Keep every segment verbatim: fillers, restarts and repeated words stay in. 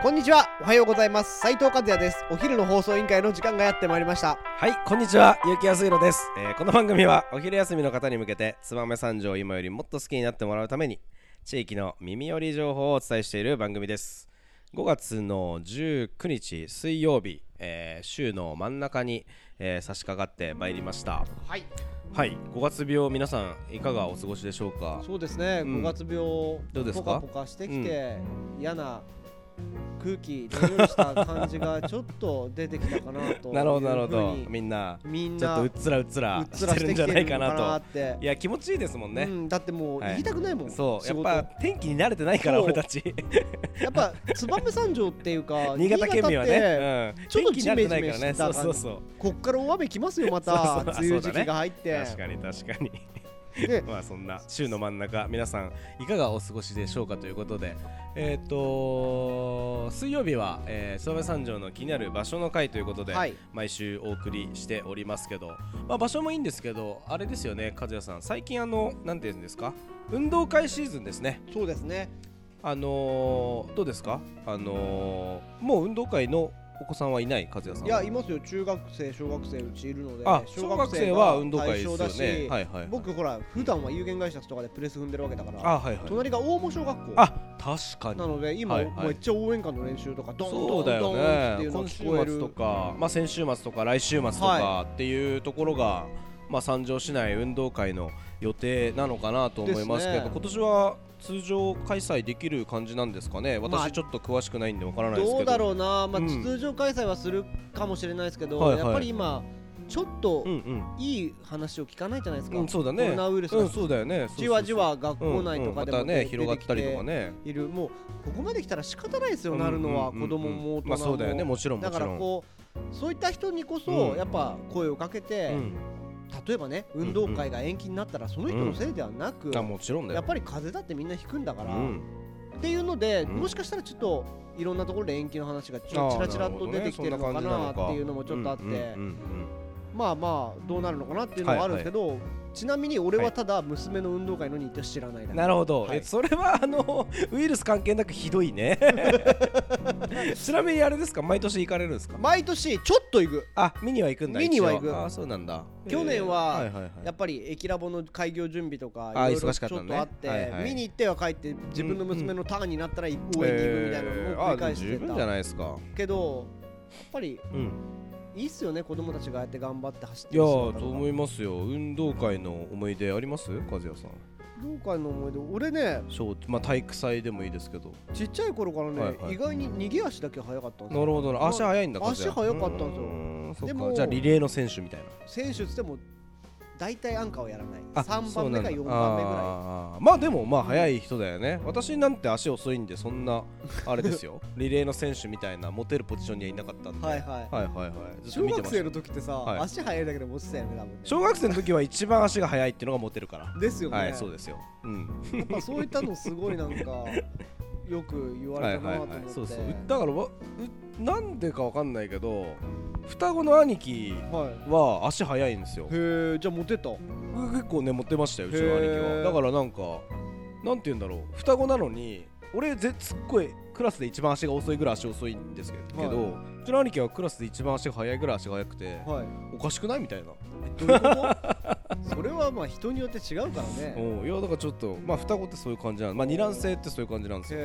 こんにちは、おはようございます。斉藤和也です。お昼の放送委員会の時間がやってまいりました。 はい、こんにちは、結城康弘です、えー、この番組はお昼休みの方に向けて燕三条を今よりもっと好きになってもらうために地域の耳寄り情報をお伝えしている番組です。ごがつのじゅうくにち水曜日、えー、週の真ん中に、えー、差し掛かってまいりました。 はいはい、ごがつ病皆さんいかがお過ごしでしょうか。 そうですね、うん、ごがつ病どうですか。 ポカポカしてきて、うん、嫌な空気どんよりした感じがちょっと出てきたかなとなるほどなるほど、みんなみんなちょっとうっつらうっつらしてるんじゃないかなと。いや気持ちいいですもんね、うん、 だってもう言いたくないもん、はい、 そうやっぱ天気に慣れてないから俺たちやっぱ燕三条っていうか新潟県民はね、 うん、ちょっとジメジメしてた、 そうそうそう、 こっから大雨来ますよまた。梅雨時期が入って、 確かに確かにまあそんな週の真ん中皆さんいかがお過ごしでしょうかということで、えっと水曜日は燕三条の気になる場所の会ということで、はい、毎週お送りしておりますけど、まあ、場所もいいんですけどあれですよね、和也さん最近あのなんていうんですか、運動会シーズンですね。 そうですね、 あのー、どうですか、あのー、もう運動会のお子さんはいない。和也さん。 いやいますよ、中学生小学生うちいるので。 あ、小学生は運動会ですよね。はいはい、 僕ほら普段は有限会社とかでプレス踏んでるわけだから、 あ、はいはい、 隣が大茂小学校。 あ、確かに。 なので今、はいはい、めっちゃ応援歌の練習とかドンドンドンっていうのが聞こえる。 今週末とか、まあ、先週末とか来週末とかっていうところが、はい、まあ、三条市内運動会の予定なのかなと思いますけど、ね、今年は通常開催できる感じなんですかね。私ちょっと詳しくないんでわからないですけど、 どうだろうな、まあ、通常開催はするかもしれないですけど、うん、やっぱり今ちょっといい話を聞かないじゃないですか、うんうん、 そうだね、 コロナウイルスが、 うん、そうだよね、 じわじわ学校内とかでも、 うんうん、またね広がったりとかねいる。もうここまで来たら仕方ないですよ、なるのは、子供も大人も、 まあ、そうだよね、もちろんもちろん。 だからこうそういった人にこそやっぱ声をかけて、うん、例えばね運動会が延期になったらその人のせいではなく、うん、 あ、もちろんだよ、 やっぱり風邪だってみんなひくんだから、 うん、 っていうので、うん、もしかしたらちょっといろんなところで延期の話がちょっとチラチラと出てきてるのかなっていうのもちょっとあって、まあまあどうなるのかなっていうのがあるんですけど、はいはい、ちなみに俺はただ娘の運動会の日程知らないだけ。 なるほど、はい、えそれはあのウイルス関係なくひどいねちなみにあれですか、毎年行かれるんですか。 毎年ちょっと行く。 あ、見には行くんだ。 見には行く。 あ、そうなんだ。 去年はやっぱり駅ラボの開業準備とかいろいろちょっとあって見に行っては帰って自分の娘のターンになったら応援に行くみたいなのを繰り返してた。 十分じゃないですか。 けどやっぱり、うん、いいっすよね、子供たちがああやって頑張って走ってる。いやーと思いますよ。運動会の思い出あります？和也さん。 運動会の思い出、俺ね、 まあ、体育祭でもいいですけど、 ちっちゃい頃からね、はいはい、意外に逃げ足だけ速かったんですよ。 なるほど、足速いんだ。 足速かったんですよ。 でもじゃあリレーの選手みたいな。 選手っつっても大体アンカーをやらない。さんばんめかよんばんめぐらい。 あまあでもまあ速い人だよね。私なんて足遅いんでそんなあれですよリレーの選手みたいなモテるポジションにはいなかったんで。 はいはいはいはいはい。 小学生の時ってさ、はい、足速いだけでモテたよね多分ね。 小学生の時は一番足が速いっていうのがモテるからですよね。 はい、そうですよ。うん。 やっぱそういったのすごいなんかよく言われたなと思って。 そうそう。だからわなんでかわかんないけど双子の兄貴は足速いんですよ。 へえ、じゃあモテた。 結構ねモテましたよ、うちの兄貴は。だからなんかなんて言うんだろう、双子なのに俺ぜすっごいクラスで一番足が遅いぐらい足遅いんですけど、はい、けどうちの兄貴はクラスで一番足が速いぐらい足が速くて、はい、おかしくないみたいな。 どういうことそれはまあ人によって違うからね。 おいやだからちょっとまあ双子ってそういう感じなん、まあ二卵性ってそういう感じなんですよ。うん、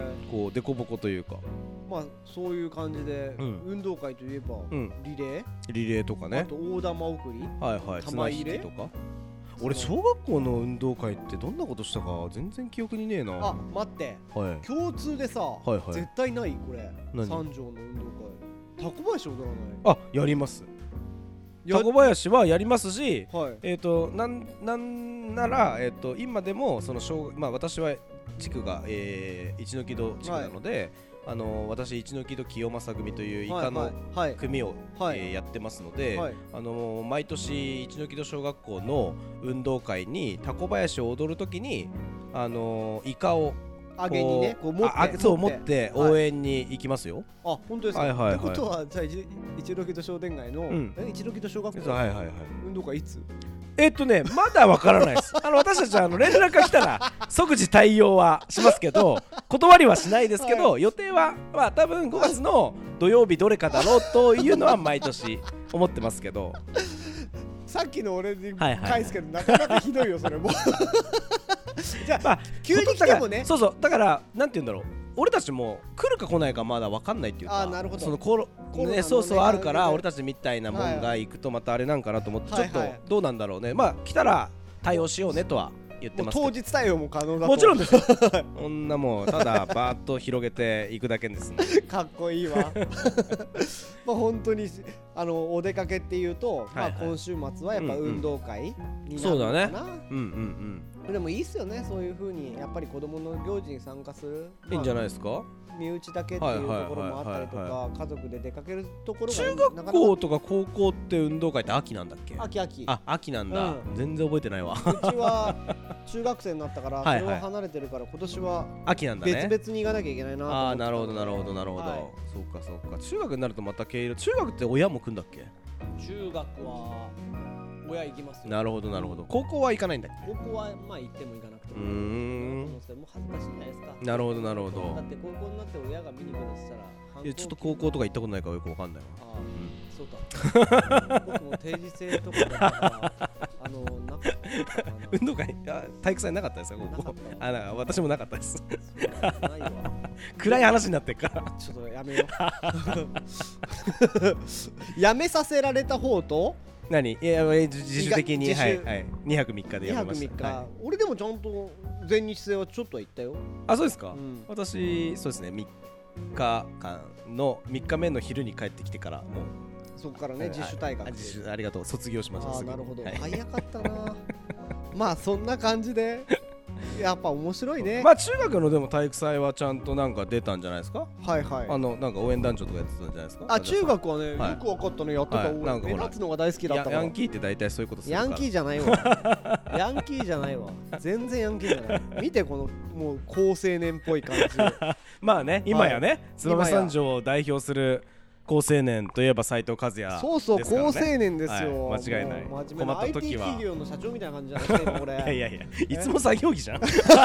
こうデコボコというか。 まあそういう感じで、うん、運動会といえば、うん、リレーリレーとかね、 あと大玉送り、 はいはい、 玉入れとか。俺小学校の運動会ってどんなことしたか全然記憶にねえな。 あ、待って、はい、共通でさ、はいはい、絶対ないこれ三条の運動会。タコ林踊らない？ あ、やります。タコ林はやりますし、はい、えっ、ー、となんなんならえっ、ー、と今でもその小まあ私は地区が、えー、一ノ木戸地区なので。はい、あの私一ノ木戸清正組というイカの組を、はいはい、えー、やってますので、はい、あの毎年一ノ木戸小学校の運動会にタコ林を踊るときにあのイカを上げにねこう持ってあそう持って応援に行きますよ。 あ、本当ですか。はいはいはい、ってことはじゃあ一ノ木戸商店街の、うん、え一ノ木戸小学校、 はいはいはい、 運動会いつ？ えっとねまだわからないです。あの私たちはあの連絡が来たら即時対応はしますけど断りはしないですけど、はい、予定はまあ多分ごがつの土曜日どれかだろうというのは毎年思ってますけどさっきの俺に返すけど、はいはいはい、なかなかひどいよそれもじゃあ、まあ、急に来てもねそうそうだからなんて言うんだろう俺たちも来るか来ないかまだ分かんないっていうか、 あなるほどそのコロコロナの、ね、そうそうあるから俺たちみたいなもんが行くとまたあれなんかなと思ってちょっとどうなんだろうね、まあ来たら対応しようねとは言ってますけど、 当日対応も可能だともちろんですよこんなもうただバーッと広げていくだけですねかっこいいわまあ本当にあのお出かけっていうと、はいはい、まあ、今週末はやっぱ運動会になるのかな、 そうだね、うんうんうん、 でもいいっすよねそういう風にやっぱり子供の行事に参加する、 まあ、いいんじゃないですか。 身内だけっていうところもあったりとか家族で出かけるところが中学校とか高校って運動会って秋なんだっけ。 秋秋あ秋なんだ、うん、全然覚えてないわうちは中学生になったからそれは離れてるから今年は秋なんだね別々に行かなきゃいけないなと思って。 ああなるほどなるほどなるほど、はい、そうかそうか。中学になるとまた経路中学って親も来んだっけ。 中学は親行きますよ。 なるほどなるほど。高校は行かないんだっけ。 高校はまあ行っても行かなくても、うーんもう恥ずかしいじゃないですか。 なるほどなるほど。 だって高校になって親が見に来るって言ったらいやちょっと高校とか行ったことないからよくわかんないわ。 ああ、うん、そうだ僕も定時制とかだからあのなかったかな運動会体育祭なかったですかここ。あな私もなかったですないわ暗い話になってるからちょっとやめようやめさせられた方と何いや自主的にはいはいにはくみっかでやめました。 にはくみっか、はい、俺でもちゃんと全日制はちょっとは行ったよ。 あそうですか、 うん、 私そうですねみっかかんのみっかめの昼に帰ってきてからもうそこからね自主大学で あ, ありがとう卒業しました。 あなるほど、はい、早かったなまあそんな感じでやっぱ面白いね。 まあ中学のでも体育祭はちゃんとなんか出たんじゃないですか。 はいはい。 あのなんか応援団長とかやってたんじゃないですか。 あ中学はね、はい、よく分かったねやってた、はい、 なんか目立つのが大好きだったから。 ヤンキーって大体そういうことするから。 ヤンキーじゃないわヤンキーじゃないわ全然ヤンキーじゃない見てこのもう高青年っぽい感じまあね今やね燕三条を代表する高青年といえば斉藤和也ですからね。 そうそう高青年ですよ、 はい、間違いない。 真面目な アイティー 企業の社長みたいな感じじゃないですか今これ。 いやいやいやいつも作業着じゃんい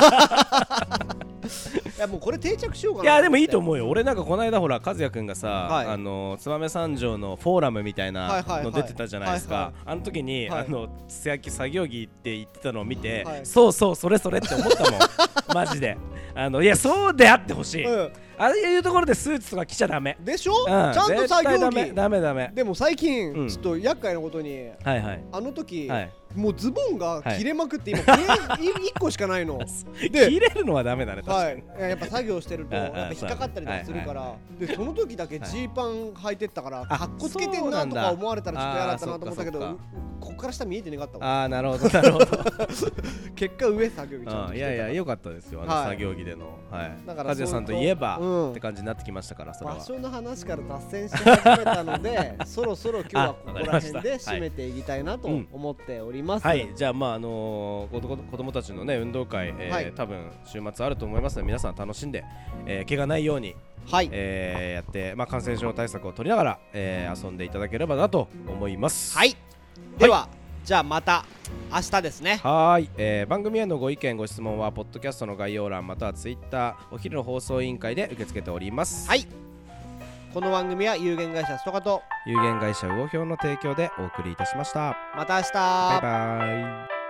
やもうこれ定着しようかな。 いやでもいいと思うよ。俺なんかこの間ほら和也くんがさ、はい、あの燕三条のフォーラムみたいなの出てたじゃないですか。あの時に、はい、あのつやき作業着って言ってたのを見て、はい、そうそうそれそれって思ったもんマジで。あのいやそうであってほしい、うん、ああいうところでスーツとか着ちゃダメでしょ、うん、ちゃんと作業着。 ダメダメダメ。 でも最近、うん、ちょっと厄介なことに、 はいはい、 あの時、 はい、 もうズボンが切れまくって、はい、今いっこしかないので切れるのはダメだね確かに、 はい、やっぱ作業してるとやっぱ引っかかったりとかするから、はいはい、でその時だけジーパン履いてったからかっこつけてんなとか思われたらちょっと嫌だったなと思ったけどここから下見えてなかったわ。 あーなるほどなるほど結果上作業着ちゃんと着てた。 いやいや良かったですよあの作業着での、はい、だから和也さんといえば、うん、って感じになってきましたから。それは場所の話から脱線し始めたのでそろそろ今日はここら辺で締めていきたいなと思っております。 はい、じゃあまああのー、子供たちのね運動会、えーはい、多分週末あると思いますので皆さん楽しんで、えー、怪我ないように、はいえー、やって、まあ、感染症対策を取りながら、えー、遊んでいただければなと思います。 はいでは、はい、じゃあまた明日ですね。 はい、えー、番組へのご意見ご質問はポッドキャストの概要欄またはツイッターお昼の放送委員会で受け付けております。 はいこの番組は有限会社ストカと有限会社魚評の提供でお送りいたしました。 また明日。 バイバイ。